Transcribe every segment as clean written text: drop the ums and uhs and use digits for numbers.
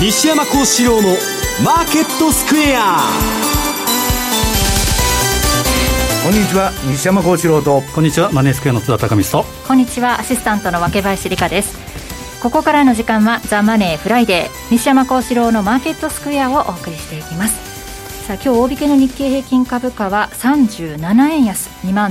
西山幸四郎のマーケットスクエア。 こんにちは、西山幸四郎と。 こんにちは、マネースクエアの津田隆光と。 こんにちは、アシスタントの若林理香です。ここからの時間はザ・マネーフライデー、西山幸四郎のマーケットスクエアをお送りしていきます。さあ、今日大引けの日経平均株価は37円安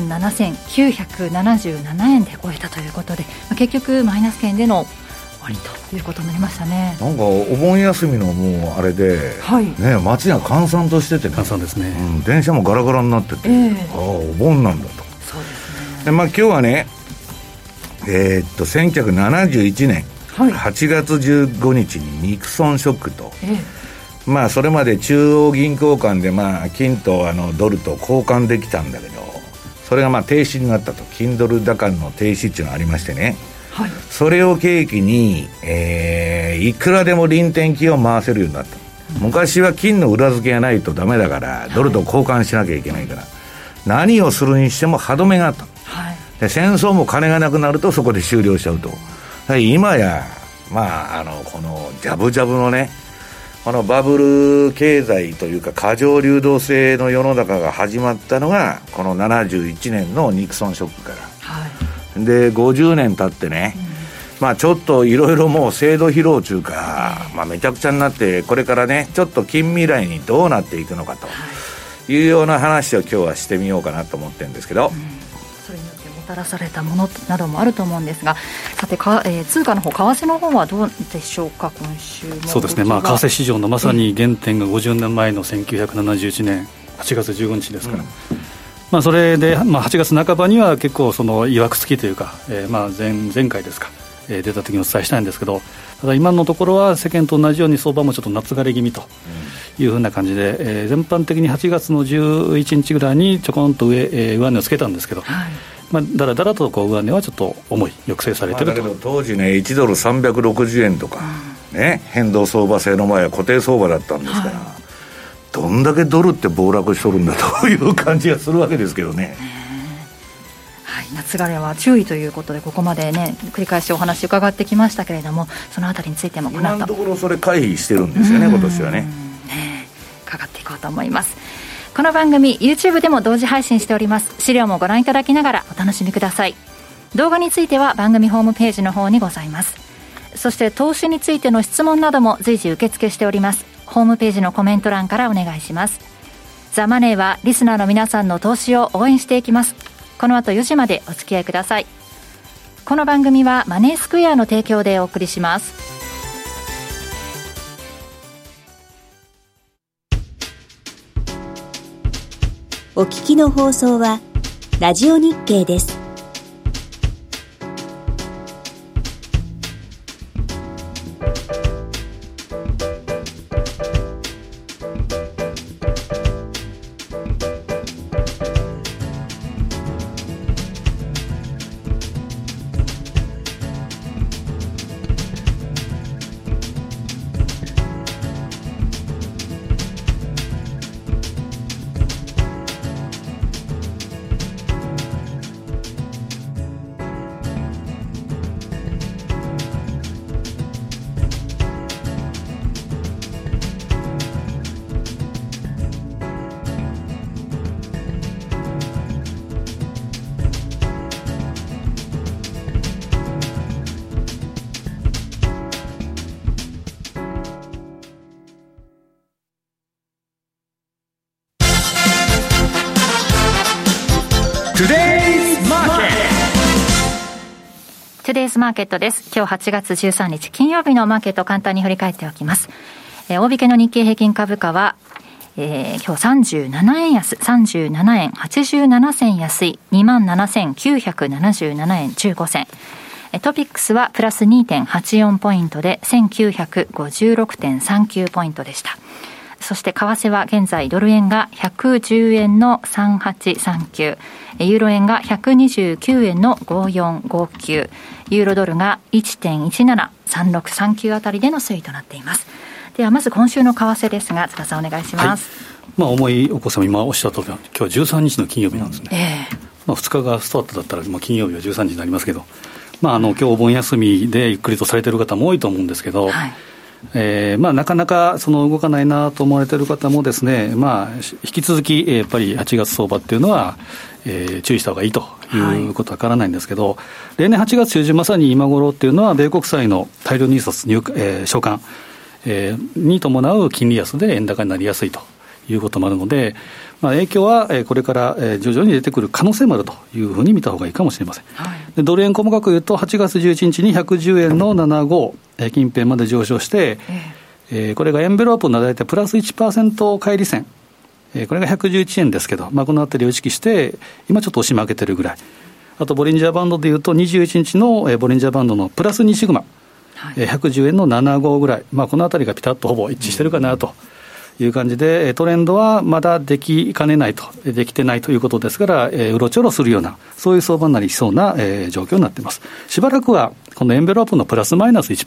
27,977 円で終えたということで、結局マイナス圏での終わりということになりましたね。 なんかお盆休みのもうあれで、はいね、街が閑散としててね、 閑散ですね、 電車もガラガラになってて、お盆なんだと。 そうですね。 で、今日はね、1971年、8月15日にニクソンショックと、それまで中央銀行間で金とドルと交換できたんだけど、それが停止になったと。金ドル高の停止っていうのがありましてね、それを契機に、いくらでも輪転機を回せるようになった。昔は金の裏付けがないとダメだからドルと交換しなきゃいけないから、何をするにしても歯止めがあった、で戦争も金がなくなるとそこで終了しちゃうと。今やこのジャブジャブのね、このバブル経済というか過剰流動性の世の中が始まったのがこの71年のニクソンショックから、で50年経ってね、ちょっといろいろもう制度疲労というか、めちゃくちゃになって、これからねちょっと近未来にどうなっていくのかというような話を今日はしてみようかなと思ってるんですけど、 それによってもたらされたものなどもあると思うんですが、さて通貨の方、為替の方はどうでしょうか。今週もそうですね、為替市場のまさに原点が50年前の1971年8月15日ですから、それで、8月半ばには結構そのいわくつきというか、前回ですか、出た時にお伝えしたいんですけど、ただ今のところは世間と同じように相場もちょっと夏枯れ気味というふうな感じで、全般的に8月の11日ぐらいにちょこんと上値をつけたんですけど、だらだらと上値はちょっと重い抑制されてると。 だけど当時ね1ドル360円とか、変動相場制の前は固定相場だったんですから、どんだけドルって暴落しとるんだという感じがするわけですけどね。 夏枯れは注意ということで、ここまでね繰り返しお話伺ってきましたけれども、そのあたりについてもこの後今のところそれ回避してるんですよね、今年はね。 伺っていこうと思います。この番組 YouTube でも同時配信しております。資料もご覧いただきながらお楽しみください。動画については番組ホームページの方にございます。そして投資についての質問なども随時受付しております。ホームページのコメント欄からお願いします。ザ・マネーはリスナーの皆さんの投資を応援していきます。この後4時までお付き合いください。この番組はマネースクエアの提供でお送りします。 お聞きの放送はラジオ日経です。 トゥデイズマーケットです。今日8月13日金曜日のマーケットを簡単に振り返っておきます。大引けの日経平均株価は、今日37円安、37円87銭安い 27,977 円15銭。トピックスはプラス 2.84 ポイントで 1956.39 ポイントでした。そして為替は現在ドル円が110円の3839、ユーロ円が129円の5459、ユーロドルが 1.173639 あたりでの推移となっています。ではまず今週の為替ですが、津田さんお願いします。 思い起こせば今おっしゃったとおり、今日は13日の金曜日なんですね。2日がスタートだったら、金曜日は13日になりますけど、今日お盆休みでゆっくりとされている方も多いと思うんですけど、 なかなか動かないなと思われている方もですね、引き続きやっぱり8月相場っていうのは、注意した方がいいということは変わらないんですけど、例年8月中旬まさに今頃っていうのは米国債の大量入札償還、に伴う金利安で円高になりやすいということもあるので、影響はこれから徐々に出てくる可能性もあるというふうに見た方がいいかもしれません。でドル円細かく言うと8月11日に110円の75近辺まで上昇して、これがエンベロープの大体プラス 1% 乖離線、これが111円ですけど、このあたりを意識して今ちょっと押し負けてるぐらい。あとボリンジャーバンドでいうと21日のボリンジャーバンドのプラス2シグマ、110円の75ぐらい、このあたりがピタッとほぼ一致してるかなという感じで、トレンドはまだできかねないと、できてないということですから、うろちょろするようなそういう相場になりそうな、状況になっています。しばらくはこのエンベロープのプラスマイナス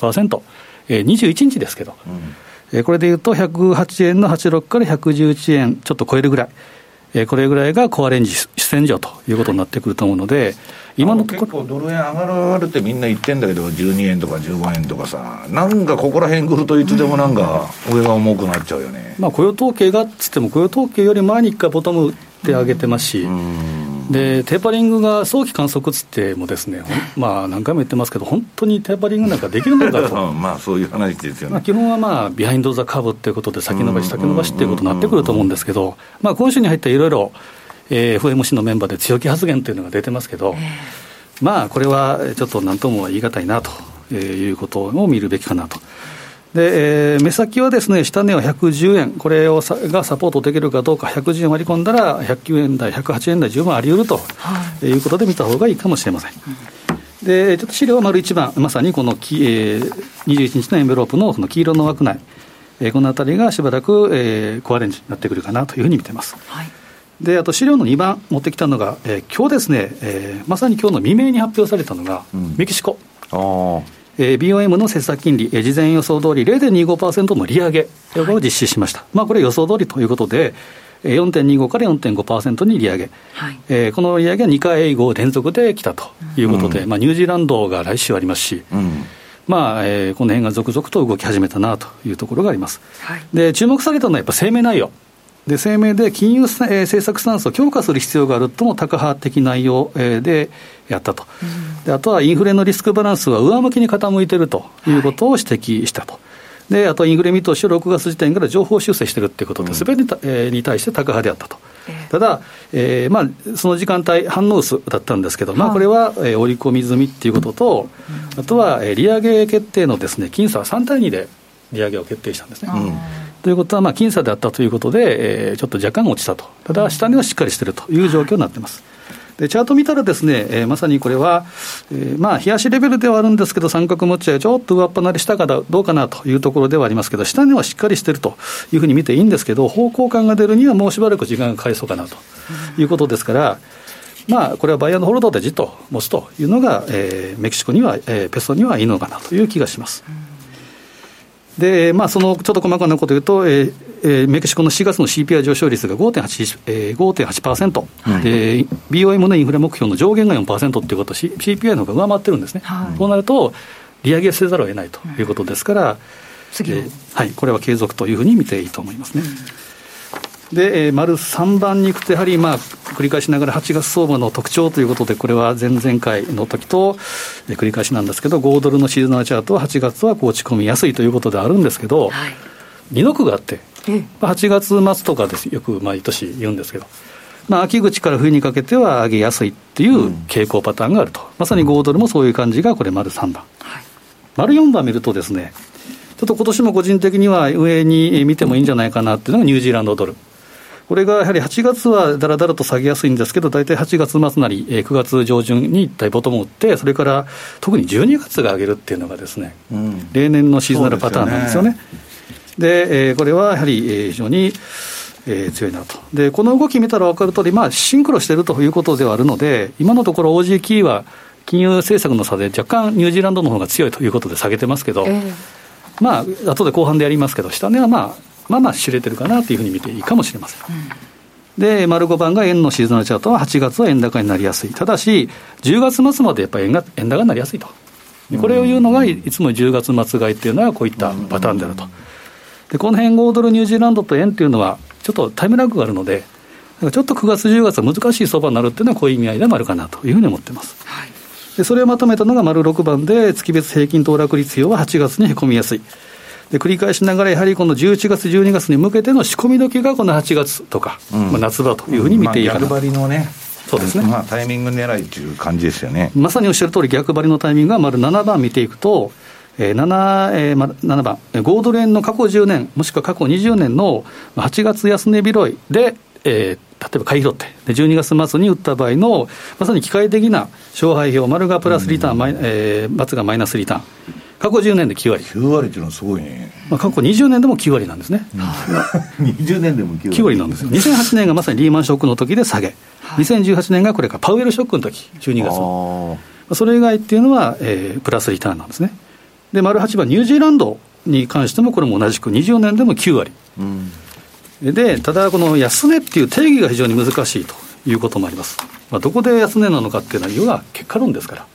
1%、21日ですけど、これでいうと108円の86から111円ちょっと超えるぐらい、これぐらいがコアレンジ主戦場ということになってくると思うので、今のところ結構ドル円上がるってみんな言ってんだけど、12円とか15円とかさ、なんかここら辺来るといつでもなんか上が重くなっちゃうよね。 雇用統計がっつっても雇用統計より前に1回ボトムで上げてますし、でテーパリングが早期観測つってもですね、何回も言ってますけど、本当にテーパリングなんかできるのかとそういう話ですよね。 基本はビハインドザカーブということで先延ばし先延ばしということになってくると思うんですけど、今週に入っていろいろFOMC のメンバーで強気発言というのが出てますけど、これはちょっと何とも言い難いなということを見るべきかなと。で、目先はですね、下値は110円、これがサポートできるかどうか、110円割り込んだら109円台、108円台十分あり得るということで見た方がいいかもしれません。で、ちょっと資料は丸1番、まさにこの21日のエンベロープのこの黄色の枠内、このあたりがしばらくコアレンジになってくるかなというふうに見ています。で、あと資料の2番持ってきたのが、今日ですね、まさに今日の未明に発表されたのが、メキシコ。BOM の政策金利、事前予想通り 0.25% の利上げを実施しました。これ予想通りということで、4.25 から 4.5% に利上げ、この利上げは2回後連続で来たということで、ニュージーランドが来週ありますし、この辺が続々と動き始めたなというところがあります。で、注目されたのはやっぱ声明内容で、声明で金融政策スタンスを強化する必要があるともタカ派的内容でやったと。で、あとはインフレのリスクバランスは上向きに傾いているということを指摘したと。で、あとインフレ見通しを6月時点から情報修正しているということで、すべてに対してタカ派であったと。ただ、その時間帯反応薄だったんですけど、これは織り込み済みということと、あとは利上げ決定のですね、金差は3対2で利上げを決定したんですね。ということは、僅差であったということで、ちょっと若干落ちたと。ただ、下値はしっかりしているという状況になっています。で、チャート見たらですね、まさにこれは、冷やしレベルではあるんですけど、三角持ち合いちょっと上っ離れしたかどうかなというところではありますけど、下値はしっかりしているというふうに見ていいんですけど、方向感が出るにはもうしばらく時間がかかりそうかなということですから、これはバイアンドホールドでじっと持つというのが、メキシコには、ペソにはいいのかなという気がします。で、そのちょっと細かなことを言うと、メキシコの4月の CPI 上昇率が 5.8%、で BOM のインフレ目標の上限が 4% ということは CPI の方が上回ってるんですね。こうなると利上げせざるを得ないということですから、これは継続というふうに見ていいと思いますね。で、丸3番に行くとやはり繰り返しながら8月相場の特徴ということで、これは前々回の時と繰り返しなんですけど、5ドルのシーズナルチャートは8月は落ち込みやすいということであるんですけど、利の句があって、8月末とかですよく毎年言うんですけど、秋口から冬にかけては上げやすいっていう傾向パターンがあると。まさに5ドルもそういう感じがこれ丸3番、丸4番見るとですね、ちょっと今年も個人的には上に見てもいいんじゃないかなっていうのがニュージーランドドル。これがやはり8月はだらだらと下げやすいんですけど、大体8月末なり9月上旬に一体ボトムを打って、それから特に12月が上げるっていうのがですね、例年のシーズナルパターンなんですよね。で、これはやはり非常に強いなと。で、この動き見たら分かる通り、シンクロしているということではあるので、今のところ OG キーは金融政策の差で若干ニュージーランドの方が強いということで下げてますけど、後で後半でやりますけど、下値は知れてるかなというふうに見ていいかもしれません。で、丸5番が円のシーズナルチャートは8月は円高になりやすい。ただし10月末までやっぱり円高になりやすいとこれを言うのがいつも10月末買いっていうのはこういったパターンであると。でこの辺5ドルニュージーランドと円っていうのはちょっとタイムラグがあるので、ちょっと9月10月は難しい相場になるっていうのはこういう意味合いでもあるかなというふうに思っています、はい。でそれをまとめたのが丸6番で、月別平均騰落率表は8月にへこみやすいで、繰り返しながらやはりこの11月12月に向けての仕込み時がこの8月とか、夏場というふうに見ていいかな、 逆張りのね、 そうですね、 タイミング狙いという感じですよね。 まさにおっしゃる通り逆張りのタイミングが丸7番見ていくと、7番5ドル円の過去10年もしくは過去20年の8月安値拾いで、例えば買い拾ってで12月末に売った場合のまさに機械的な勝敗表、丸がプラスリターン、×がマイナスリターン、過去10年で9割。 9割っていうのはすごいね。 過去20年でも9割なんですね、 20年でも 9割なんですよ。2008年がまさにリーマンショックの時で下げ、2018年がこれがパウエルショックの時12月の、それ以外っていうのは、プラスリターンなんですね。で丸8番ニュージーランドに関してもこれも同じく20年でも9割、でただこの安値っていう定義が非常に難しいということもあります、どこで安値なのかっていうのは要は結果論ですから、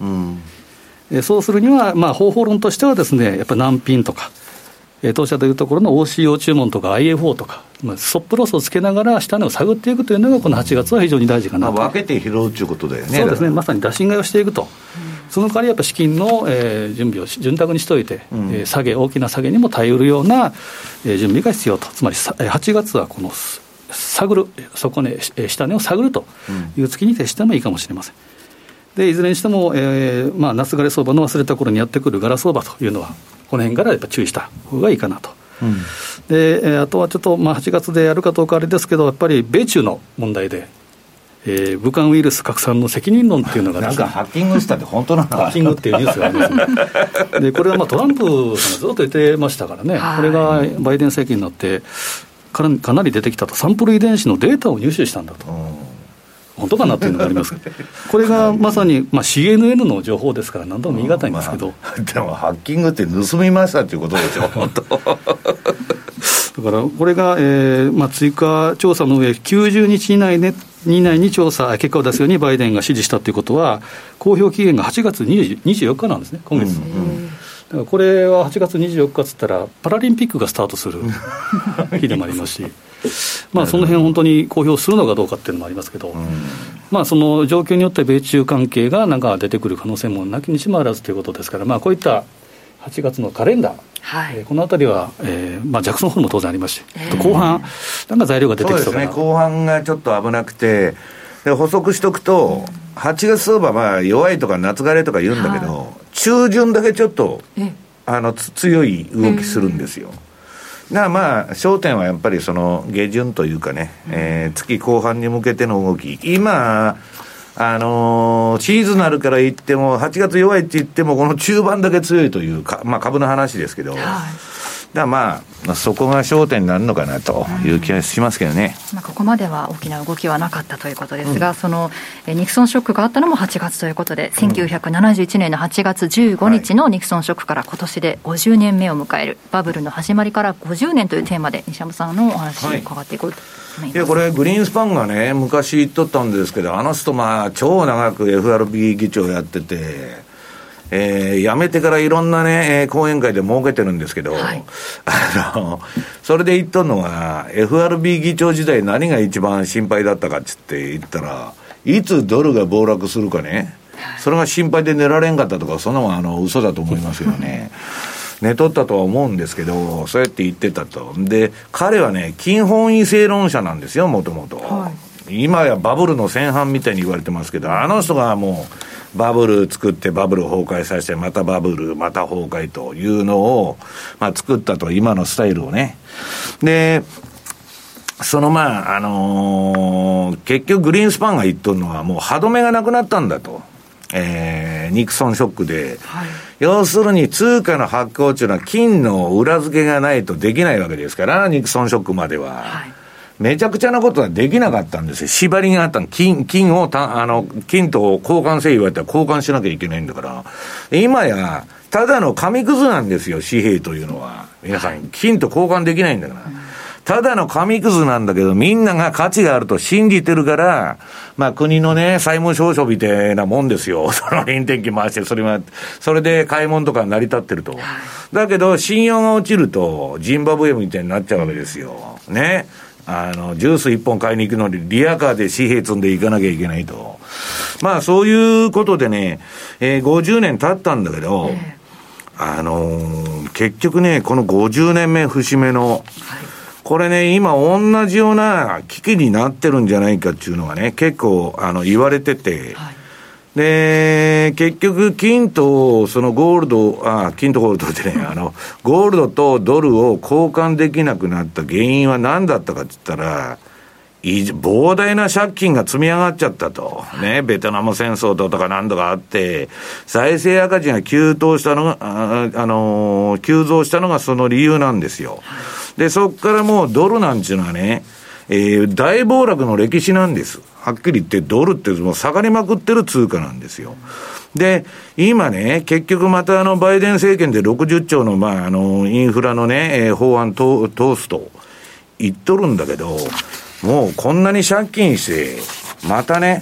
そうするには、方法論としてはですね、やっぱり難品とか、当社でいうところの OCO 注文とか IFO とか、ストップロスをつけながら下値を探っていくというのがこの8月は非常に大事かなと、 分けて拾うということだよね。 そうですね、まさに打診買いをしていくと、その代わりやっぱ資金の、準備を潤沢にしておいて、大きな下げにも耐えうるような、準備が必要と。つまり8月はこの探る、底値、下値を探るという月に徹してもいいかもしれません。でいずれにしても、夏枯れ相場の忘れた頃にやってくるガラ相場というのはこの辺からやっぱ注意した方がいいかなと、であとはちょっと、8月でやるかどうかあれですけど、やっぱり米中の問題で、武漢ウイルス拡散の責任論っていうのが、 なんかハッキングしたって本当なの？ ハッキングっていうニュースがありますねでこれはトランプさんがずっと言ってましたからね、これがバイデン政権になってかなり出てきたと、サンプル遺伝子のデータを入手したんだと、本当かなっていうのがありますこれがまさに、CNN の情報ですから何とも言い難いんですけど、 でもハッキングって盗みましたっていうことでしょ本当だからこれが、追加調査の上90日以内に調査結果を出すようにバイデンが指示したということは、公表期限が8月24日なんですね、今月、だからこれは8月24日っつったらパラリンピックがスタートする日でもありますしその辺本当に公表するのかどうかっていうのもありますけど、その状況によって米中関係がなんか出てくる可能性もなきにしもあらずということですから、こういった8月のカレンダー、このあたりは、ジャクソンホールも当然ありますし、後半なんか材料が出てきそうかな。 そうですね、後半がちょっと危なくて、で補足しとくと、8月相場弱いとか夏枯れとか言うんだけど、中旬だけちょっと強い動きするんですよ。だから焦点はやっぱりその下旬というかね、月後半に向けての動き、今シーズナルから言っても8月弱いって言ってもこの中盤だけ強いというか、株の話ですけど、だからそこが焦点になるのかなという気がしますけどね。 ここまでは大きな動きはなかったということですが、そのニクソンショックがあったのも8月ということで、1971年の8月15日のニクソンショックから今年で50年目を迎える、バブルの始まりから50年というテーマで西山さんのお話を伺っていこうと思います。 これグリーンスパンがね昔言っとったんですけど、あの人超長く FRB 議長やってて、辞めてからいろんなね、講演会で儲けてるんですけど、それで言っとるのは FRB 議長時代何が一番心配だったかって言ったら、いつドルが暴落するかね、それが心配で寝られんかったとか、そんなのは嘘だと思いますよね寝とったとは思うんですけど、そうやって言ってたと。で彼はね金本位正論者なんですよ、もともと。今やバブルの先半みたいに言われてますけど、あの人がもうバブル作ってバブル崩壊させてまたバブルまた崩壊というのを、作ったと、今のスタイルをね。でその結局グリーンスパンが言っとるのはもう歯止めがなくなったんだと、ニクソンショックで、要するに通貨の発行というのは金の裏付けがないとできないわけですから、ニクソンショックまでは、めちゃくちゃなことはできなかったんですよ。縛りがあったの。金と交換せ言われたら交換しなきゃいけないんだから。今やただの紙くずなんですよ、紙幣というのは。皆さん金と交換できないんだから。 ただの紙くずなんだけど、みんなが価値があると信じてるから、まあ国のね、債務証書みたいなもんですよ。その臨転機回して、それで買い物とか成り立ってると。だけど、信用が落ちると、ジンバブエみたいになっちゃうわけですよ。ね。ジュース1本買いに行くのに、リヤカーで紙幣積んで行かなきゃいけないと。まあそういうことでね、50年経ったんだけど、結局ね、この50年目節目の、これね、今同じような危機になってるんじゃないかっていうのがね、結構言われてて、で、結局金とそのゴールド、金とゴールドってね、ゴールドとドルを交換できなくなった原因は何だったかって言ったら、膨大な借金が積み上がっちゃったと。ね、ベトナム戦争とか何度かあって、財政赤字が急増したのがその理由なんですよ。で、そっからもうドルなんていうのはね、大暴落の歴史なんです。はっきり言ってドルってもう下がりまくってる通貨なんですよ。で、今ね、結局またバイデン政権で60兆のインフラのね、法案通すと言っとるんだけど、もうこんなに借金して、またね、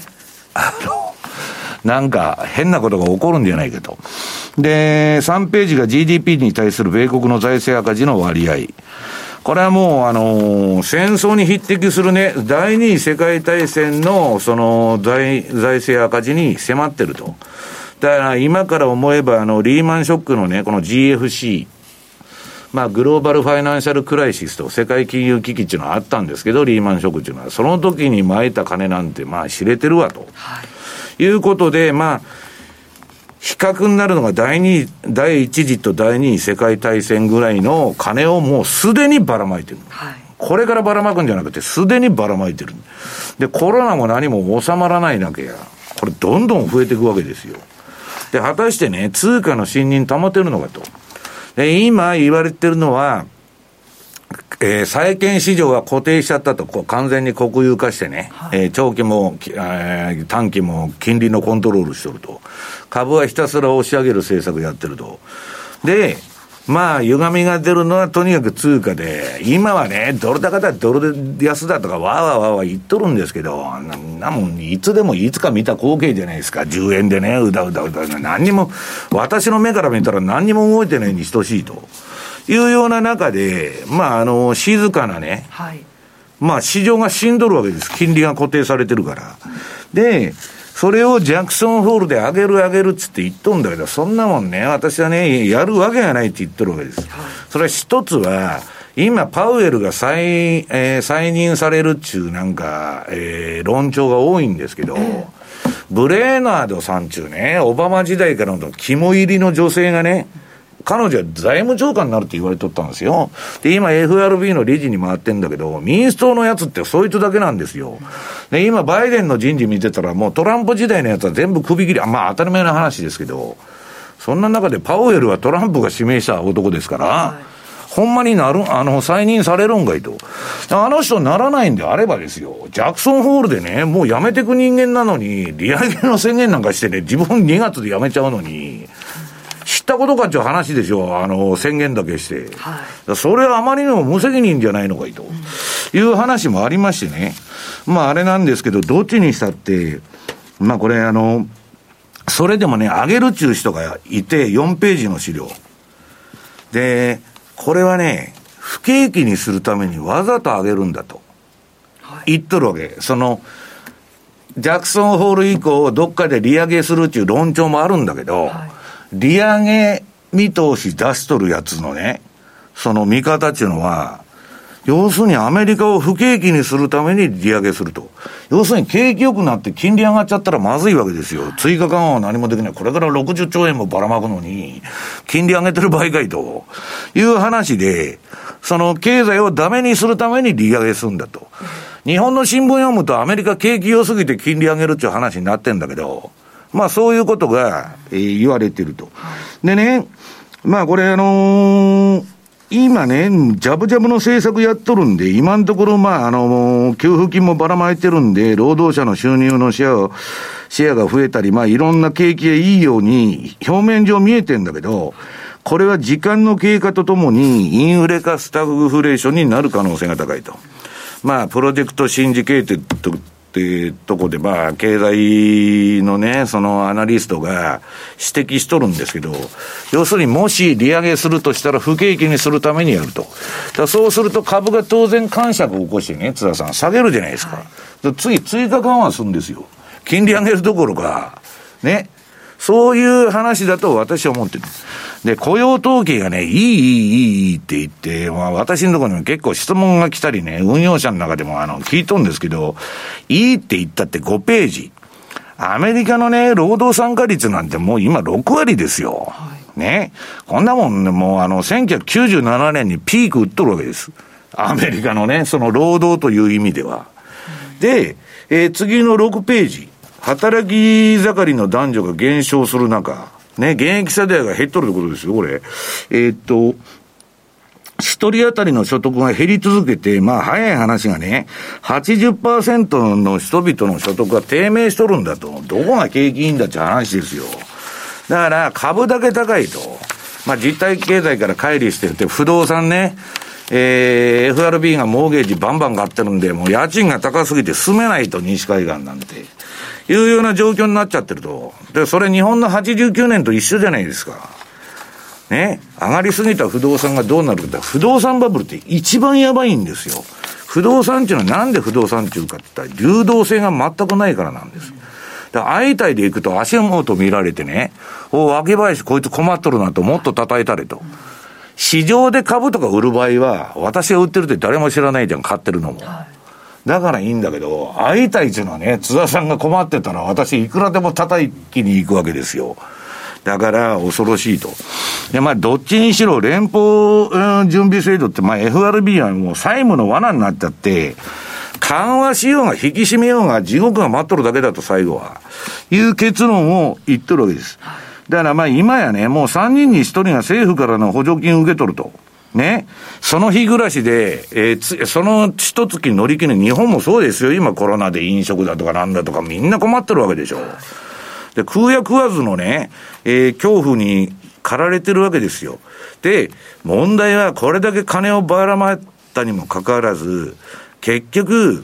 なんか変なことが起こるんじゃないかと。で、3ページが GDP に対する米国の財政赤字の割合。これはもう戦争に匹敵するね、第二次世界大戦のその財政赤字に迫ってると。だから今から思えばリーマンショックのね、この GFC、まあグローバルファイナンシャルクライシスと世界金融危機っていうのはあったんですけど、リーマンショックっていうのはその時に撒いた金なんてまあ知れてるわと、いうことで、まあ比較になるのが第一次と第二次世界大戦ぐらいの金をもうすでにばらまいてる、これからばらまくんじゃなくてすでにばらまいてる。でコロナも何も収まらないだけや、これどんどん増えていくわけですよ。で果たしてね、通貨の信任保てるのかと。で今言われてるのは、債券市場が固定しちゃったと、完全に国有化してね、長期も、短期も金利のコントロールしてると。株はひたすら押し上げる政策やってると。で、まあ、歪みが出るのはとにかく通貨で、今はね、ドル高だ、ドル安だとか、わーわーわーわー言っとるんですけど、なもん、いつでもいつか見た光景じゃないですか。10円でね、うだうだうだ、何にも、私の目から見たら何にも動いてないに等しいと。いうような中で、まあ、静かなね、まあ、市場が死んどるわけです。金利が固定されてるから。で、それをジャクソンホールで上げるっつって言っとんだけど、そんなもんね、私はね、やるわけがないって言ってるわけです。それは一つは、今、パウエルが再任されるっちゅう、なんか、論調が多いんですけど、ブレーナードさんちゅうね、オバマ時代からの肝入りの女性がね、彼女は財務長官になるって言われとったんですよ。で、今 FRB の理事に回ってんだけど、民主党のやつってそいつだけなんですよ。で、今バイデンの人事見てたらもうトランプ時代のやつは全部首切り、まあ当たり前の話ですけど、そんな中でパウエルはトランプが指名した男ですから、ほんまに再任されるんかいと。あの人ならないんであればですよ、ジャクソンホールでね、もう辞めてく人間なのに、利上げの宣言なんかしてね、自分2月で辞めちゃうのに、知ったことかっていう話でしょ、宣言だけして。それはあまりにも無責任じゃないのかいと、いう話もありましてね。まああれなんですけど、どっちにしたって、まあこれそれでもね、上げるっちゅう人がいて、4ページの資料。で、これはね、不景気にするためにわざと上げるんだと。言っとるわけ。ジャクソンホール以降、どっかで利上げするっていう論調もあるんだけど、利上げ見通し出しとるやつのね、その見方っていうのは、要するにアメリカを不景気にするために利上げすると。要するに景気良くなって金利上がっちゃったらまずいわけですよ。追加緩和は何もできない。これから60兆円もばらまくのに、金利上げてる場合かいという話で、その経済をダメにするために利上げするんだと。日本の新聞読むとアメリカ景気良すぎて金利上げるっていう話になってんだけど、まあそういうことが、言われてると。でね、まあこれ今ね、ジャブジャブの政策やっとるんで、今のところまあ給付金もばらまいてるんで、労働者の収入のシェアが増えたり、まあいろんな景気がいいように表面上見えてんだけど、 これは時間の経過とともにインフレかスタグフレーションになる可能性が高いと。まあ、プロジェクトシンジケーテッドってとこで、まあ、経済のね、そのアナリストが指摘しとるんですけど、要するにもし利上げするとしたら不景気にするためにやると。だからそうすると株が当然感触を起こしてね、津田さん、下げるじゃないですか。はい、次、追加緩和するんですよ。金利上げるどころか、ね。そういう話だと私は思ってる。で、雇用統計がね、いいって言って、まあ私のところにも結構質問が来たりね、運用者の中でも聞いとんですけど、いいって言ったって5ページ。アメリカのね、労働参加率なんてもう今6割ですよ。はい、ね。こんなもんね、もう1997年にピーク打っとるわけです。アメリカのね、その労働という意味では。で、次の6ページ。働き盛りの男女が減少する中、ね、現役世代が減っとるってことですよ、これ。一人当たりの所得が減り続けて、まあ早い話がね、80% の人々の所得が低迷しとるんだと。どこが景気いいんだって話ですよ。だから株だけ高いと。まあ実体経済から乖離してるって不動産ね、FRB がモーゲージバンバン買ってるんで、もう家賃が高すぎて住めないと、西海岸なんて。いうような状況になっちゃってると。で、それ日本の89年と一緒じゃないですか。ね。上がりすぎた不動産がどうなるか。不動産バブルって一番やばいんですよ。不動産っていうのはなんで不動産っていうかって言ったら流動性が全くないからなんです。だから相対で行くと足元見られてね、脇林こいつ困っとるなともっと叩いたれと。市場で株とか売る場合は、私が売ってるって誰も知らないじゃん、買ってるのも。だからいいんだけど、相対っていうのはね、津田さんが困ってたら私いくらでも叩きに行くわけですよ。だから恐ろしいと。で、まあどっちにしろ連邦、準備制度って、まあ FRB はもう債務の罠になっちゃって、緩和しようが引き締めようが地獄が待っとるだけだと最後は。いう結論を言ってるわけです。だからまあ今やね、もう3人に1人が政府からの補助金を受け取ると。ね。その日暮らしで、その一月乗り切る日本もそうですよ。今コロナで飲食だとかなんだとかみんな困ってるわけでしょ。で、食うや食わずのね、恐怖に駆られてるわけですよ。で、問題はこれだけ金をばらまったにもかかわらず、結局、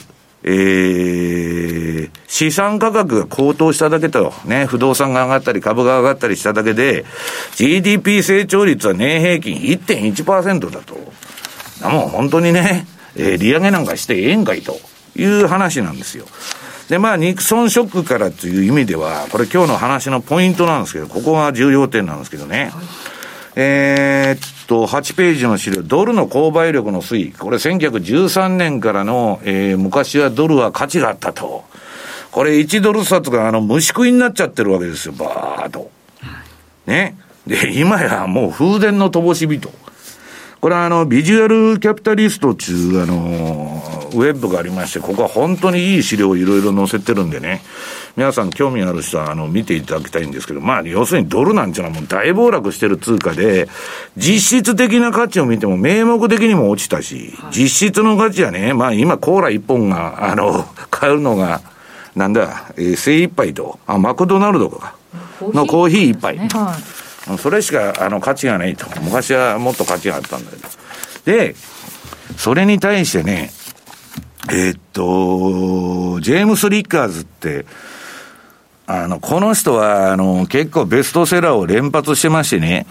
資産価格が高騰しただけと、ね、不動産が上がったり株が上がったりしただけで、GDP 成長率は年平均 1.1% だと。もう本当にね、利上げなんかしてええんかいという話なんですよ。で、まあ、ニクソンショックからという意味では、これ今日の話のポイントなんですけど、ここが重要点なんですけどね。8ページの資料、ドルの購買力の推移。これ1913年からの、昔はドルは価値があったと。これ1ドル札が虫食いになっちゃってるわけですよ、バーっと。ね。で、今やもう風前の灯火と。これはビジュアルキャピタリストっていうウェブがありまして、ここは本当にいい資料をいろいろ載せてるんでね、皆さん興味ある人は見ていただきたいんですけど、まあ要するにドルなんていうのはもう大暴落してる通貨で、実質的な価値を見ても名目的にも落ちたし、実質の価値はね、まあ今コーラ一本が買えるのがなんだ、精一杯とマクドナルドかのコーヒー一杯、それしか価値がないと。昔はもっと価値があったんだけど。で、それに対してね、ジェームス・リッカーズって、この人は、結構ベストセラーを連発してましてね、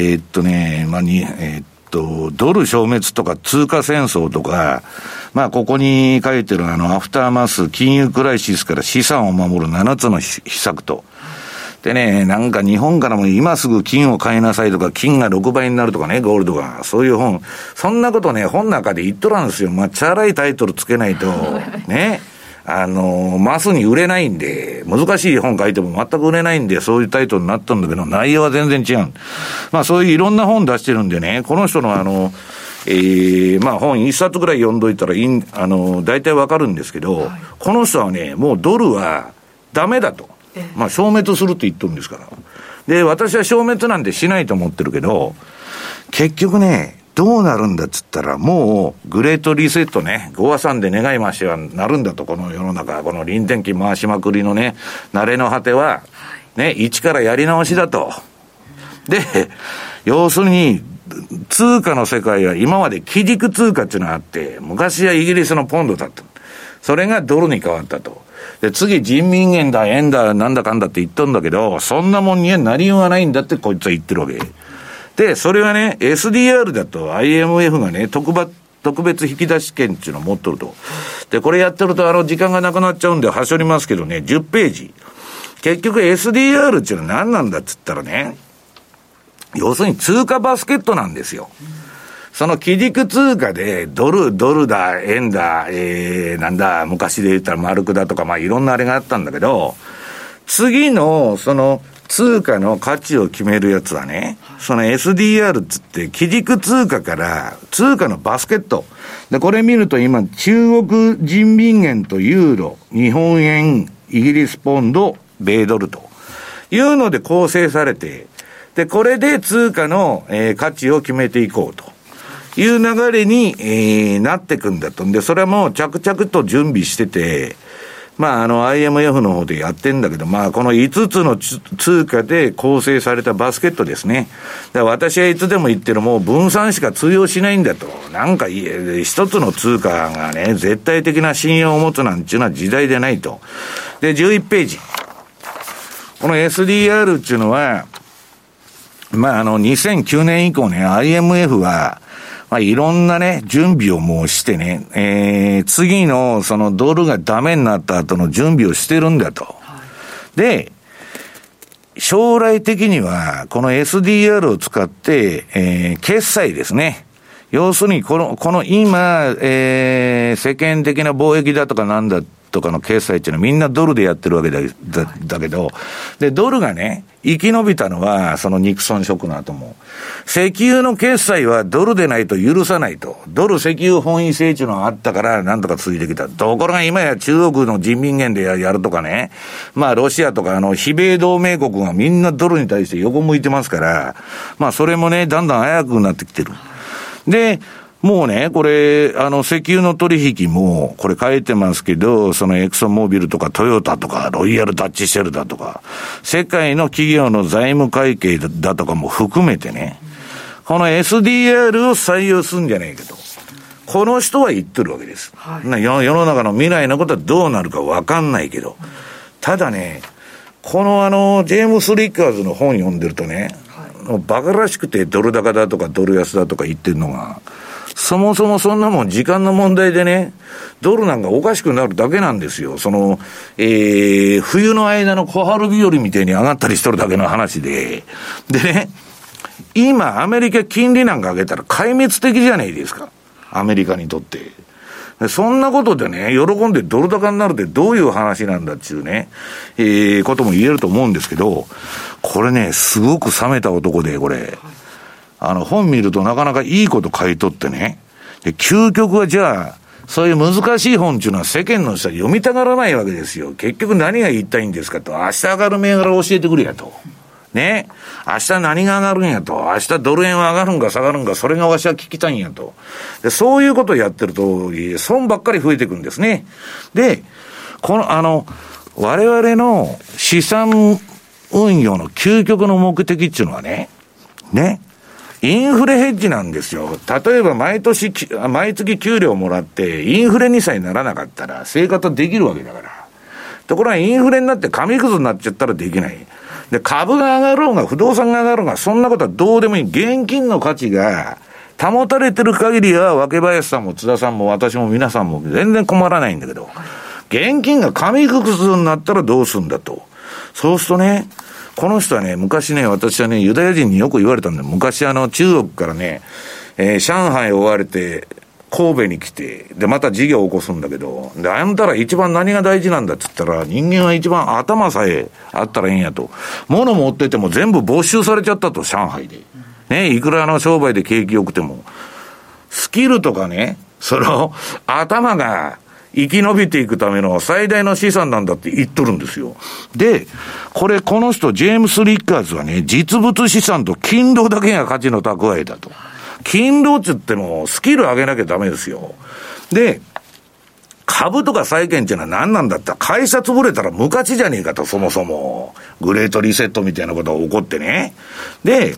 ドル消滅とか通貨戦争とか、まあ、ここに書いてるアフターマス金融クライシスから資産を守る7つの秘策と。でね、なんか日本からも今すぐ金を買いなさいとか、金が6倍になるとかね、ゴールドが。そういう本。そんなことね、本の中で言っとらんですよ。まあ、チャラいタイトルつけないと、ね。マスに売れないんで、難しい本書いても全く売れないんで、そういうタイトルになったんだけど、内容は全然違う。まあ、そういういろんな本出してるんでね、この人のまあ、本一冊ぐらい読んどいたら大体わかるんですけど、この人はね、もうドルはダメだと。まあ消滅するって言ってるんですから。で、私は消滅なんてしないと思ってるけど、結局ね、どうなるんだっつったら、もうグレートリセットね、5は3で願いましてはなるんだと、この世の中、この臨転機回しまくりのね、慣れの果ては、ね、一からやり直しだと。で、 要するに、通貨の世界は今まで基軸通貨っていうのがあって、昔はイギリスのポンドだった。それがドルに変わったと。で、次人民元だ、円だ、なんだかんだって言っとんだけど、そんなもんにはなりようがないんだってこいつは言ってるわけ。で、それはね、SDR だと IMF がね、特別引き出し権っていうのを持っとると。で、これやってると時間がなくなっちゃうんで端折りますけどね、10ページ。結局 SDR っていうのは何なんだっつったらね、要するに通貨バスケットなんですよ。その基軸通貨でドルだ、円だ、なんだ、昔で言ったらマルクだとか、まあいろんなあれがあったんだけど、次のその通貨の価値を決めるやつはね、その SDR つって基軸通貨から通貨のバスケット。で、これ見ると今中国人民元とユーロ、日本円、イギリスポンド、米ドルというので構成されて、で、これで通貨の、価値を決めていこうという流れに、なっていくんだと。で、それはもう着々と準備してて、まあ、IMF の方でやってんだけど、まあ、この5つの通貨で構成されたバスケットですね。だから私はいつでも言ってる、もう分散しか通用しないんだと。なんか、一つの通貨がね、絶対的な信用を持つなんていうのは時代でないと。で、11ページ。この SDR っていうのは、まあ、2009年以降ね、IMF は、まあ、いろんなね、準備をもうしてね、次のそのドルがダメになった後の準備をしてるんだと。はい、で、将来的には、この SDR を使って、決済ですね。要するに、この今、世間的な貿易だとかなんだとかの決済っていうのはみんなドルでやってるわけだけど、で、ドルがね、生き延びたのは、そのニクソンショックの後も。石油の決済はドルでないと許さないと。ドル石油本位制っていうのがあったから、なんとか続いてきた。ところが今や中国の人民元でやるとかね、まあロシアとか非米同盟国がみんなドルに対して横向いてますから、まあそれもね、だんだん早くなってきてる。で、もうね、これ、石油の取引も、これ書いてますけど、そのエクソンモービルとかトヨタとか、ロイヤルダッチシェルだとか、世界の企業の財務会計だとかも含めてね、この SDR を採用するんじゃないかと。この人は言ってるわけです。はい、世の中の未来のことはどうなるかわかんないけど、ただね、このジェームス・リッカーズの本読んでるとね、バカらしくてドル高だとかドル安だとか言ってるのが、そもそもそんなもん時間の問題でね、ドルなんかおかしくなるだけなんですよ。冬の間の小春日和みたいに上がったりしとるだけの話で。でね、今アメリカ金利なんか上げたら壊滅的じゃないですか。アメリカにとって。そんなことでね、喜んでドル高になるってどういう話なんだっていうね、ことも言えると思うんですけど、これね、すごく冷めた男で、これ。本見るとなかなかいいこと書いとってね。で、究極はじゃあ、そういう難しい本っていうのは世間の人は読みたがらないわけですよ。結局何が言いたいんですかと。明日上がる銘柄を教えてくれやと。ね。明日何が上がるんやと。明日ドル円は上がるんか下がるんか、それがわしは聞きたいんやと。で、そういうことをやってると、損ばっかり増えてくるんですね。で、我々の資産運用の究極の目的っていうのはね、インフレヘッジなんですよ。例えば毎月給料もらって、インフレにさえならなかったら生活できるわけだから。ところがインフレになって紙くずになっちゃったらできない。で、株が上がろうが、不動産が上がろうが、そんなことはどうでもいい。現金の価値が保たれてる限りは、若林さんも津田さんも私も皆さんも全然困らないんだけど、現金が紙くずになったらどうすんだと。そうするとね、この人はね、昔ね、私はね、ユダヤ人によく言われたんだよ。昔中国からね、上海を追われて、神戸に来て、で、また事業を起こすんだけど、で、あんたら一番何が大事なんだって言ったら、人間は一番頭さえあったらいいんやと。物持ってても全部没収されちゃったと、上海で。ね、いくら商売で景気良くても。スキルとかね、頭が、生き延びていくための最大の資産なんだって言っとるんですよ。で、この人、ジェームス・リッカーズはね、実物資産と勤労だけが価値の蓄えだと。勤労って言っても、スキル上げなきゃダメですよ。で、株とか債券っていうのは何なんだったら、会社潰れたら無価値じゃねえかと、そもそも。グレートリセットみたいなことが起こってね。で、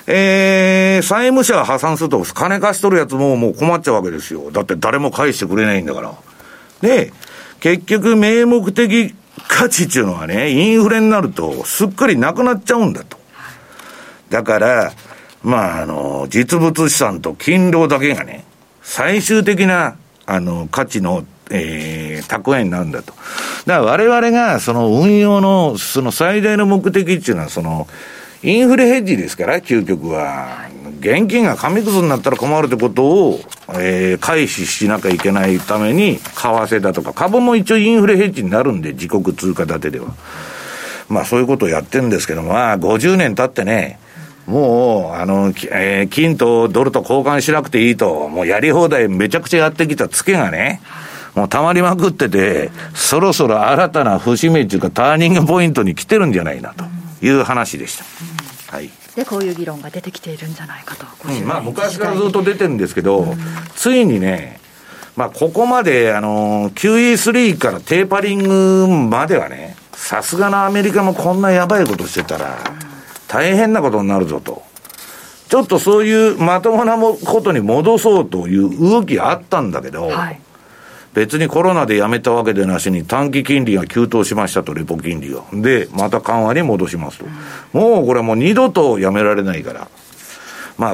債務者が破産すると金貸し取るやつももう困っちゃうわけですよ。だって誰も返してくれないんだから。で、結局名目的価値っていうのはね、インフレになるとすっかりなくなっちゃうんだと。だから、実物資産と勤労だけがね、最終的な、価値の、蓄えになるんだと。だから我々がその運用のその最大の目的っていうのはその、インフレヘッジですから、究極は。現金が紙くずになったら困るってことを、回避しなきゃいけないために、為替だとか、株も一応インフレヘッジになるんで、自国通貨建てでは。そういうことをやってるんですけども、50年経ってね、もう、金とドルと交換しなくていいと、もうやり放題めちゃくちゃやってきたツケがね、もう溜まりまくってて、そろそろ新たな節目っていうかターニングポイントに来てるんじゃないなという話でした。はい。 で、こういう議論が出てきているんじゃないかと。 昔からずっと出てるんですけど、ついにね、ここまでQE3 からテーパリングまではね、さすがのアメリカもこんなやばいことしてたら、大変なことになるぞと。ちょっとそういうまともなことに戻そうという動きがあったんだけど、別にコロナでやめたわけでなしに短期金利が急騰しましたと、レポ金利が。で、また緩和に戻しますと。もうこれもう二度とやめられないから。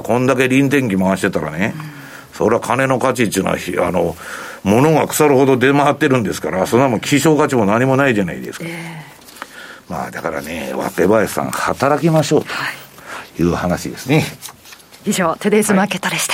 こんだけ臨転機回してたらね、それは金の価値っていうのは、物が腐るほど出回ってるんですから、そんなもん希少価値も何もないじゃないですか。だからね、若林さん働きましょうという話ですね。 以上、トゥデイズマーケットでした。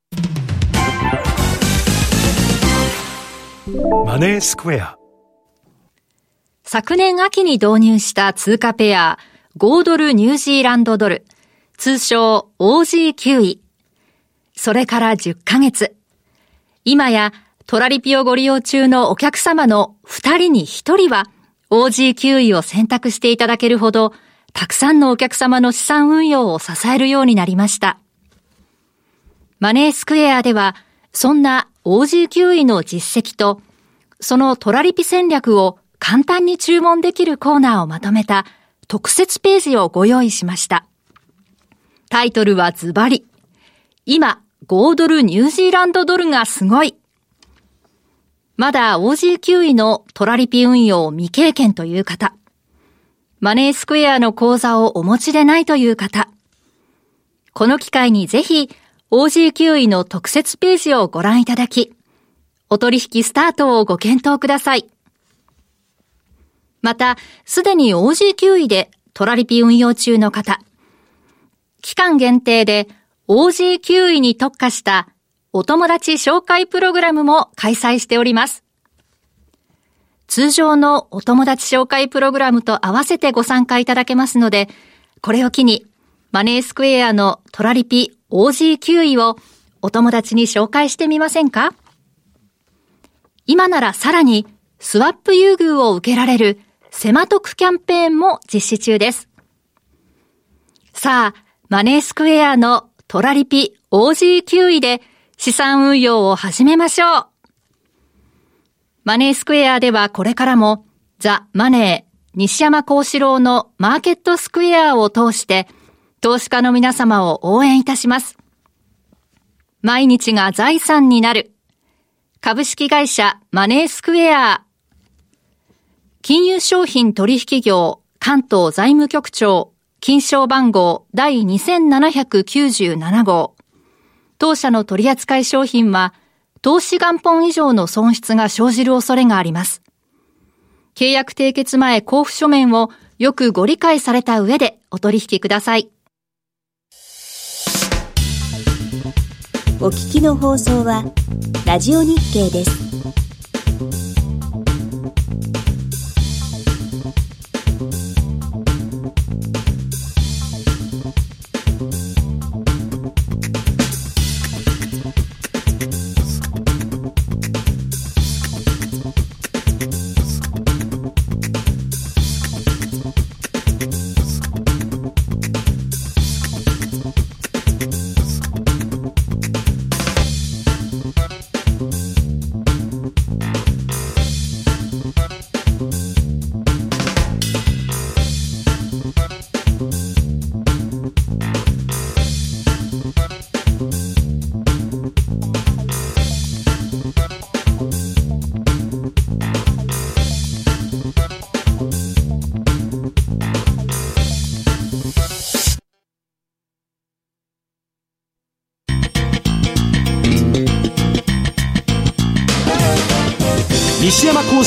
マネースクエア。 昨年秋に導入した通貨ペア、5ドルニュージーランドドル、通称 OG9E。それから10ヶ月。今やトラリピをご利用中のお客様の2人に1人は OG9E を選択していただけるほど、たくさんのお客様の資産運用を支えるようになりました。マネースクエアでは、そんな OG9E の実績と、そのトラリピ戦略を簡単に注文できるコーナーをまとめた特設ページをご用意しました。タイトルはズバリ、今5ドルニュージーランドドルがすごい。まだ OG9E のトラリピ運用未経験という方、マネースクエアの口座をお持ちでないという方、この機会にぜひ OG9E の特設ページをご覧いただき、お取引スタートをご検討ください。また、すでに OG9E でトラリピ運用中の方、期間限定で OG9E に特化したお友達紹介プログラムも開催しております。通常のお友達紹介プログラムと合わせてご参加いただけますので、これを機にマネースクエアのトラリピ OG9E をお友達に紹介してみませんか？今ならさらにスワップ優遇を受けられるセマトクキャンペーンも実施中です。さあ、マネースクエアのトラリピ OG9E で資産運用を始めましょう。マネースクエアではこれからもザ・マネー西山幸四郎のマーケットスクエアを通して投資家の皆様を応援いたします。毎日が財産になる株式会社マネースクエア、金融商品取引業関東財務局長金賞番号第2797号。当社の取扱い商品は投資元本以上の損失が生じる恐れがあります。契約締結前交付書面をよくご理解された上でお取引ください。 お聞きの放送はラジオ日経です。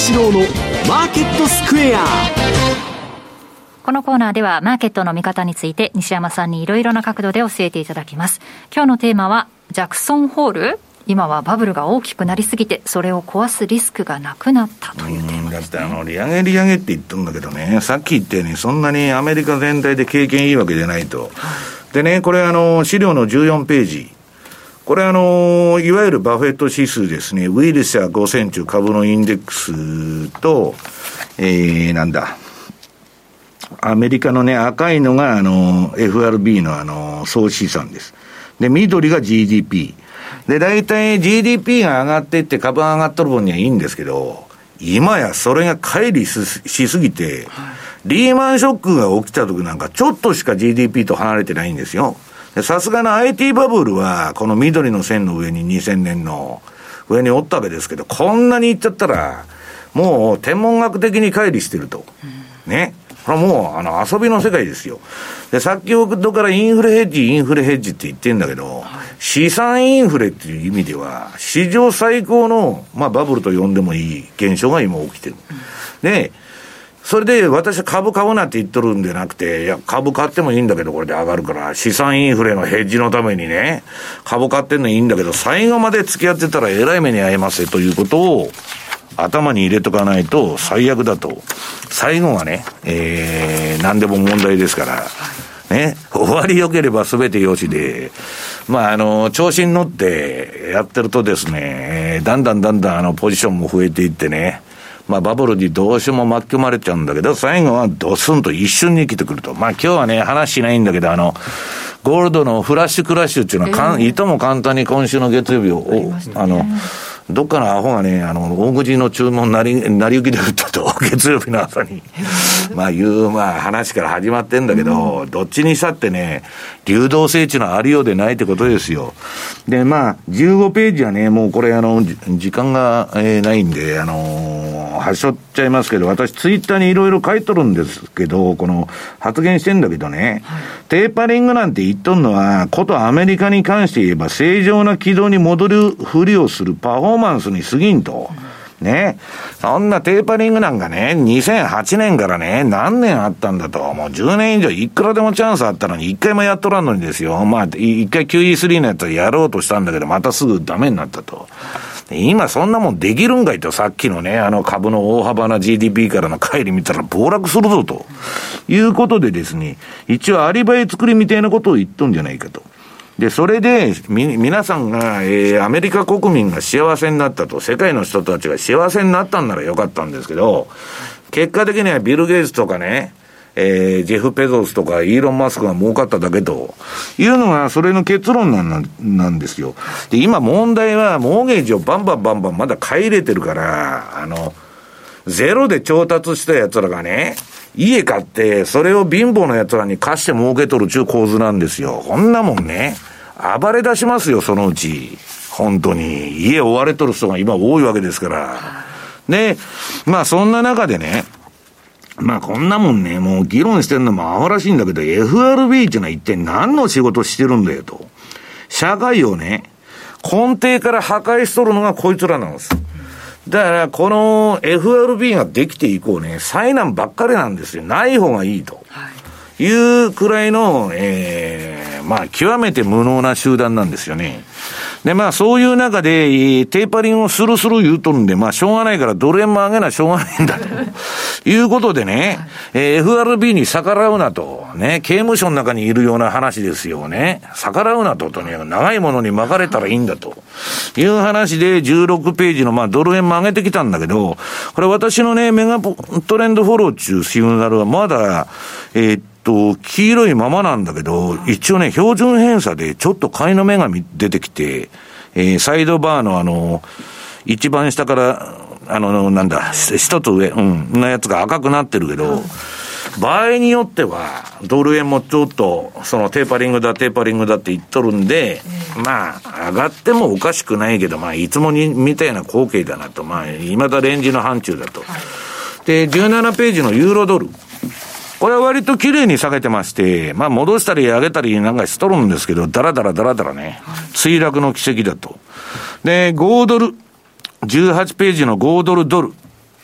志郎のマーケットスクエア。 このコーナーではマーケットの見方について西山さんにいろいろな角度で教えていただきます。今日のテーマはジャクソンホール、今はバブルが大きくなりすぎてそれを壊すリスクがなくなったというテーマです、ね、 だって利上げって言ってるんだけどね、さっき言ったようにそんなにアメリカ全体で経験いいわけじゃないと、はい、でね、これ資料の14ページ、これいわゆるバフェット指数ですね。ウィルシャー5000中株のインデックスと、アメリカのね、赤いのがFRB の総資産です。で、緑が GDP。で、大体 GDP が上がっていって株が上がっとる分にはいいんですけど、今やそれが乖離しすぎて、リーマンショックが起きた時なんかちょっとしか GDP と離れてないんですよ。さすがの IT バブルはこの緑の線の上に2000年の上におったわけですけど、こんなにいっちゃったらもう天文学的に乖離してると、ね、これはもう遊びの世界ですよ。で、さっきほどからインフレヘッジって言ってんだけど、資産インフレっていう意味では史上最高のバブルと呼んでもいい現象が今起きてる。で、それで私は株買うなって言っとるんじゃなくて、いや株買ってもいいんだけどこれで上がるから資産インフレのヘッジのためにね株買ってんのいいんだけど、最後まで付き合ってたらえらい目に遭いますよということを頭に入れとかないと最悪だと。最後はね、何でも問題ですからね、終わり良ければ全て良しで、調子に乗ってやってるとですね、だんだんポジションも増えていってね、バブルにどうしても巻き込まれちゃうんだけど、最後はドスンと一瞬に来てくると。今日はね、話しないんだけど、ゴールドのフラッシュクラッシュっていうのは、いとも簡単に今週の月曜日を、どっかのアホがね、大口の注文成り行きで打ったと、月曜日の朝に。話から始まってんだけど、どっちにしたってね、流動性っていうのはあるようでないってことですよ。で、15ページはね、もうこれ時間が、ないんで、はしょっちゃいますけど、私ツイッターにいろいろ書いとるんですけど、この発言してんだけどね、テーパリングなんて言っとんのは、ことアメリカに関して言えば正常な軌道に戻るふりをするパフォーマンスに過ぎんと。ね。そんなテーパリングなんかね、2008年からね、何年あったんだと。もう10年以上いくらでもチャンスあったのに、一回もやっとらんのにですよ。一回 QE3 のやつやろうとしたんだけど、またすぐダメになったと。今そんなもんできるんかいと、さっきのね、株の大幅な GDP からの乖離見たら暴落するぞと。いうことでですね、一応アリバイ作りみたいなことを言っとんじゃないかと。で、それで、皆さんが、アメリカ国民が幸せになったと、世界の人たちが幸せになったんならよかったんですけど、結果的にはビル・ゲイツとかね、ジェフ・ペゾスとかイーロン・マスクが儲かっただけというのがそれの結論なんですよ。で、今問題はモーゲージをバンバンまだ買い入れてるから、ゼロで調達した奴らがね、家買って、それを貧乏な奴らに貸して儲けとるちゅう構図なんですよ。こんなもんね、暴れ出しますよ、そのうち。本当に。家追われとる人が今多いわけですから。で、そんな中でね、こんなもんね、もう議論してるのもアホらしいんだけど、FRB っていうのは一体何の仕事してるんだよと。社会をね、根底から破壊しとるのがこいつらなんです。だから、この FRB ができて以降ね、災難ばっかりなんですよ。ない方がいいと。いうくらいの、極めて無能な集団なんですよね。で、そういう中で、テーパリングをスル言うとるんで、しょうがないからドル円も上げなしょうがないんだと。いうことでね、FRB に逆らうなと。ね、刑務所の中にいるような話ですよね。逆らうなと。とにかく長いものに巻かれたらいいんだと。いう話で、16ページの、ドル円も上げてきたんだけど、これ私のね、メガトレンドフォロー中シグナルはまだ、黄色いままなんだけど、一応ね、標準偏差でちょっと買いの目が出てきて、サイドバーの一番下から、一つ上、のやつが赤くなってるけど、場合によっては、ドル円もちょっと、そのテーパリングだって言っとるんで、上がってもおかしくないけど、いつもみたいな光景だなと、未だレンジの範疇だと。で、17ページのユーロドル。これは割と綺麗に下げてまして、戻したり上げたりなんかしとるんですけど、だらだらね、墜落の奇跡だと。で、5ドル、18ページの5ドルドル。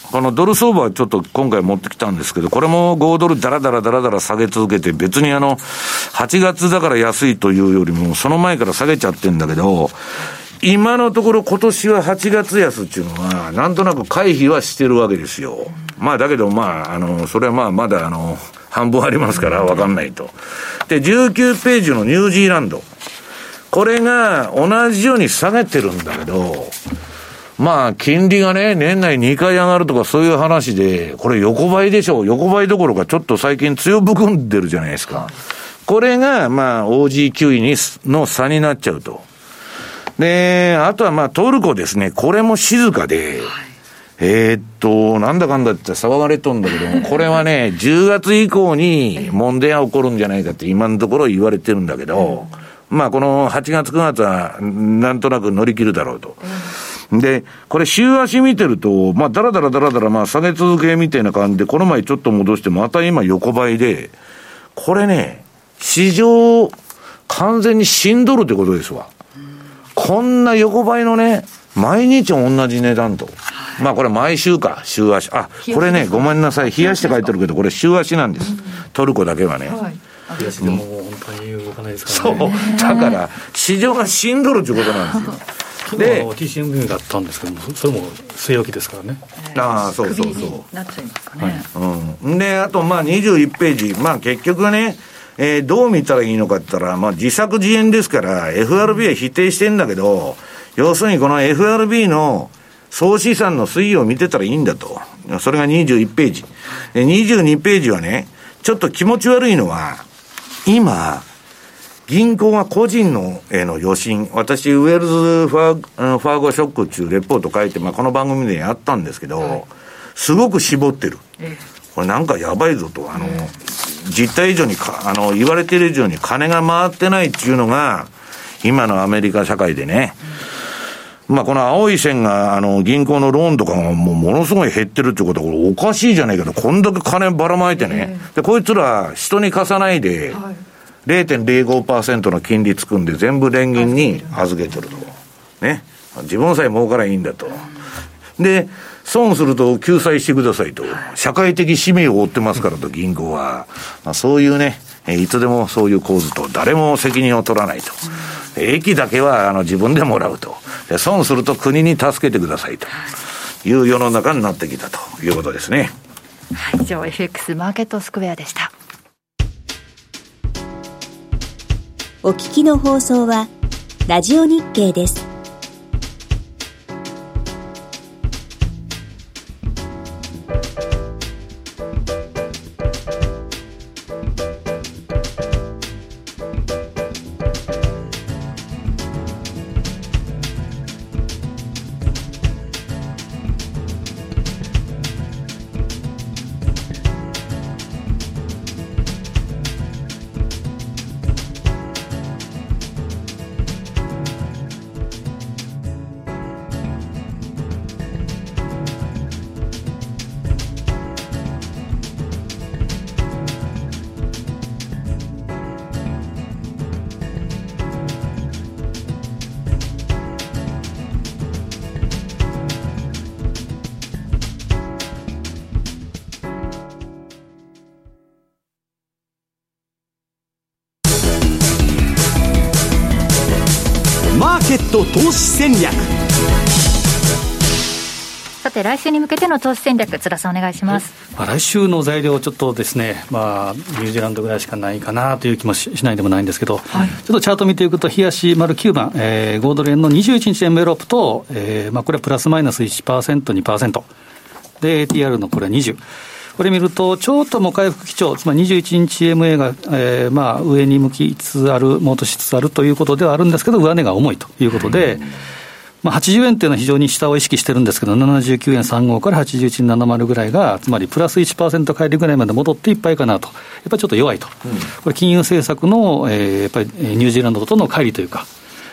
このドル相場はちょっと今回持ってきたんですけど、これも5ドルダラダラ下げ続けて、別に8月だから安いというよりも、その前から下げちゃってんだけど、今のところ今年は8月安っていうのは、なんとなく回避はしてるわけですよ。まあだけどそれはまだ半分ありますから分かんないと。で、19ページのニュージーランド。これが同じように下げてるんだけど、まあ金利がね、年内2回上がるとかそういう話で、これ横ばいでしょ。横ばいどころかちょっと最近強含んでるじゃないですか。これがOG9 位の差になっちゃうと。で、あとはトルコですね。これも静かで、なんだかんだって騒がれとんだけども、これはね、10月以降に問題が起こるんじゃないかって今のところ言われてるんだけど、この8月9月はなんとなく乗り切るだろうと。で、これ週足見てると、だらだら下げ続けみたいな感じで、この前ちょっと戻してまた今横ばいで、これね、市場完全に死んどるってことですわ。こんな横ばいのね、毎日同じ値段と。これ毎週か、週足。これね、ごめんなさい。冷やして書いてるけど、これ週足なんです。トルコだけはね。 冷やしでも本当に動かないですからね。 そう。だから、市場が死んどるってことなんですよ。 で、TCMB があったんですけども、それも据え置きですからね。 そう。 首になっちゃいますかね。 で、あと21ページ。結局ね、どう見たらいいのかって言ったら、自作自演ですから、FRB は否定してんだけど、要するにこの FRB の総資産の推移を見てたらいいんだと。それが21ページ。22ページはね、ちょっと気持ち悪いのは、今、銀行が個人の余震、私、ウェルズファーゴショックっていうレポート書いて、この番組でやったんですけど、すごく絞ってる。これなんかやばいぞと、実態以上に言われている以上に金が回ってないっていうのが、今のアメリカ社会でね、この青い線が、銀行のローンとかがものすごい減ってるってことは、これおかしいじゃないけど、こんだけ金ばらまいてね。で、こいつら人に貸さないで、0.05% の金利つくんで全部連銀に預けてると。ね。自分さえ儲からいいんだと。で、損すると救済してくださいと。社会的使命を負ってますからと、銀行は。そういうね、いつでもそういう構図と、誰も責任を取らないと。益だけは自分でもらうと。で、損すると国に助けてくださいという世の中になってきたということですね。 はい、以上 FX マーケットスクエアでした。 お聞きの放送はラジオ日経です。 マーケット投資戦略。 さて来週に向けての投資戦略、津田さんお願いします。 来週の材料ちょっとですね、ニュージーランドぐらいしかないかなという気も しないでもないんですけど、ちょっとチャート見ていくと、日足丸9番、5ドル円の21日エンベロープと、これはプラスマイナス 1%、2% で ATR のこれは20、これ見るとちょっともう回復基調、つまり21日 MA が、上に向きつつある、戻しつつあるということではあるんですけど、上値が重いということで、80円というのは非常に下を意識してるんですけど、79円35から81円70ぐらいが、つまりプラス 1% 返りぐらいまで戻っていっぱいかなと、やっぱりちょっと弱いと、これ金融政策の、やっぱりニュージーランドとの乖離というか、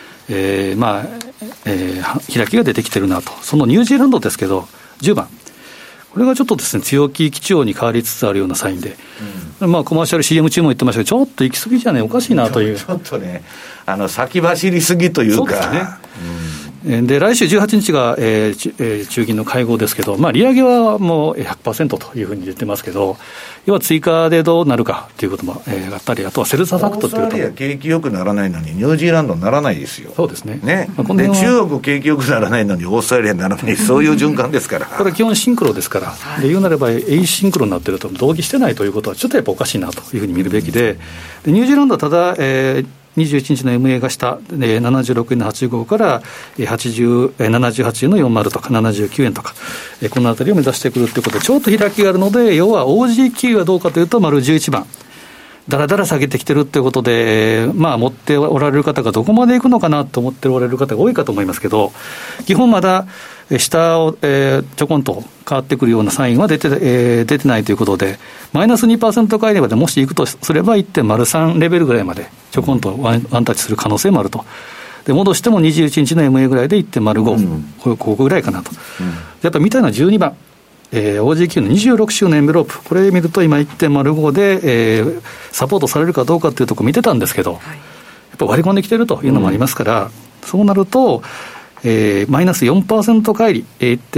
開きが出てきてるなと。そのニュージーランドですけど、10番、これがちょっとですね、強気基調に変わりつつあるようなサインで、コマーシャル CM 中も言ってましたけど、ちょっと行き過ぎじゃね、おかしいなという。 ちょっとね、先走りすぎというか。そうですね。 で来週18日が、中銀の会合ですけど、利上げはもう 100% というふうに言ってますけど、要は追加でどうなるかということも、あったり、あとはセルザファクトというと、 オーストラリア景気良くならないのにニュージーランドならないですよ。 そうですね。 で中国景気良くならないのにオーストラリアならない、そういう循環ですから。 これは基本シンクロですから、で言うなればエイシンクロになっていると同義してないということはちょっとやっぱおかしいなというふうに見るべきで、ニュージーランドはただ、21日の MA が下、76円の85から78円の40とか79円とか、このあたりを目指してくるということで、ちょっと開きがあるので、要は OG9 はどうかというと、丸11番。だらだら下げてきてるということで、持っておられる方がどこまでいくのかなと思っておられる方が多いかと思いますけど、基本まだ下を、ちょこんと変わってくるようなサインは出てないということで、マイナス 2% 返りまでもしいくとすれば 1.03 レベルぐらいまでちょこんとワンタッチする可能性もあると。で戻しても21日の MA ぐらいで 1.05、ここぐらいかなと。やっぱり見たいのは12番。OG9 の26週のエンベロープ、これ見ると今 1.05 で、サポートされるかどうかというところ見てたんですけど、やっぱ割り込んできてるというのもありますから、そうなると、マイナス 4% 返り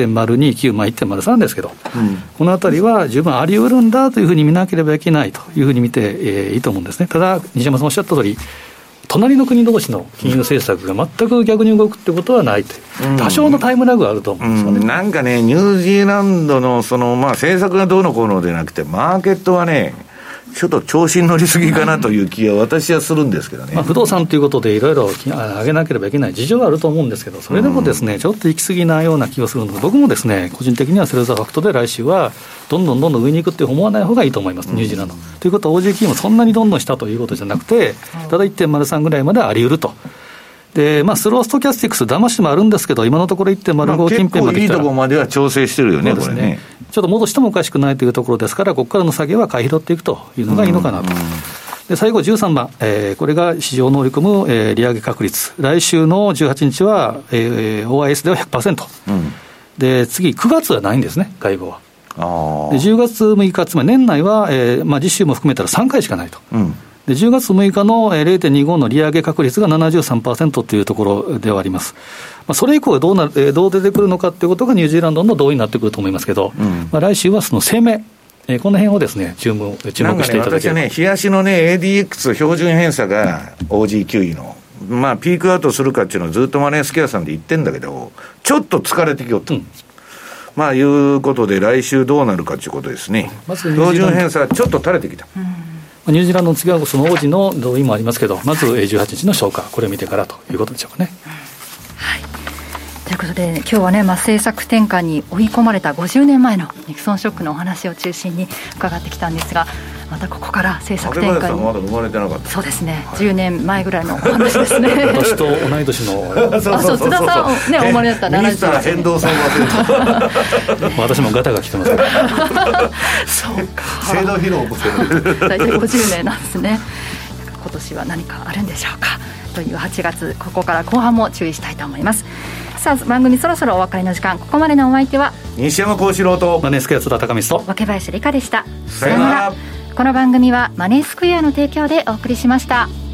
1.029、1.03 ですけど、このあたりは十分あり得るんだというふうに見なければいけないというふうに見て、いいと思うんですね。ただ西山さんおっしゃった通り、隣の国同士の金融政策が全く逆に動くってことはないという、多少のタイムラグがあると思うんですよね。 なんかね、ニュージーランドの政策がどうのこうのでなくて、マーケットはね、ちょっと調子に乗りすぎかなという気は私はするんですけどね。 不動産ということでいろいろ上げなければいけない事情はあると思うんですけど、それでもですね、ちょっと行き過ぎなような気がするので、僕もですね、個人的にはセルザファクトで来週はどんどん上に行くって思わない方がいいと思います、ニュージーランド。ということは OG もそんなにどんどんしたということじゃなくて、ただ 1.03 ぐらいまであり得ると。でスローストキャスティクス騙しもあるんですけど、今のところ 1.05 近辺まで来たら、 結構いいところまでは調整してるよね、これね。 ちょっと戻してもおかしくないというところですから、ここからの下げは買い拾っていくというのがいいのかなと。で最後13番、これが市場を乗り込む、利上げ確率、来週の18日は、OIS では 100%、で次9月はないんですね、会合は。で10月6日、つまり年内は、実習も含めたら3回しかないと。で10月6日の 0.25 の利上げ確率が 73% というところではあります。それ以降がどう出てくるのかということがニュージーランドの動員になってくると思いますけど、来週はその声明、この辺をですね注目していただければ。 私はね、日足のね ADX 標準偏差が OG9 のピークアウトするかっていうのをずっとマネースケアさんで言ってんだけど、ちょっと疲れてきよった、いうことで来週どうなるかということですね。標準偏差がちょっと垂れてきた。 ニュージーランドの次はその王子の動員もありますけど、まず18日の消化、これを見てからということでしょうかね。 はい、ということで今日はね、政策転換に追い込まれた50年前のニクソンショックのお話を中心に伺ってきたんですが、またここから政策転換に、 まだ生まれてなかった。 そうですね、10年前ぐらいのお話ですね。 私と同い年のそう津田さんね、お生まれだったらミスター変動相場制私もガタが来てますからそうか、 制度疲労を起こしてる大体50年なんですね。今年は何かあるんでしょうかという8月、ここから後半も注意したいと思います。さあ番組そろそろお別れの時間。ここまでのお相手は西山幸四郎とマネースクエア津田高光と若林理香でした。 さよなら。 この番組はマネースクエアの提供でお送りしました。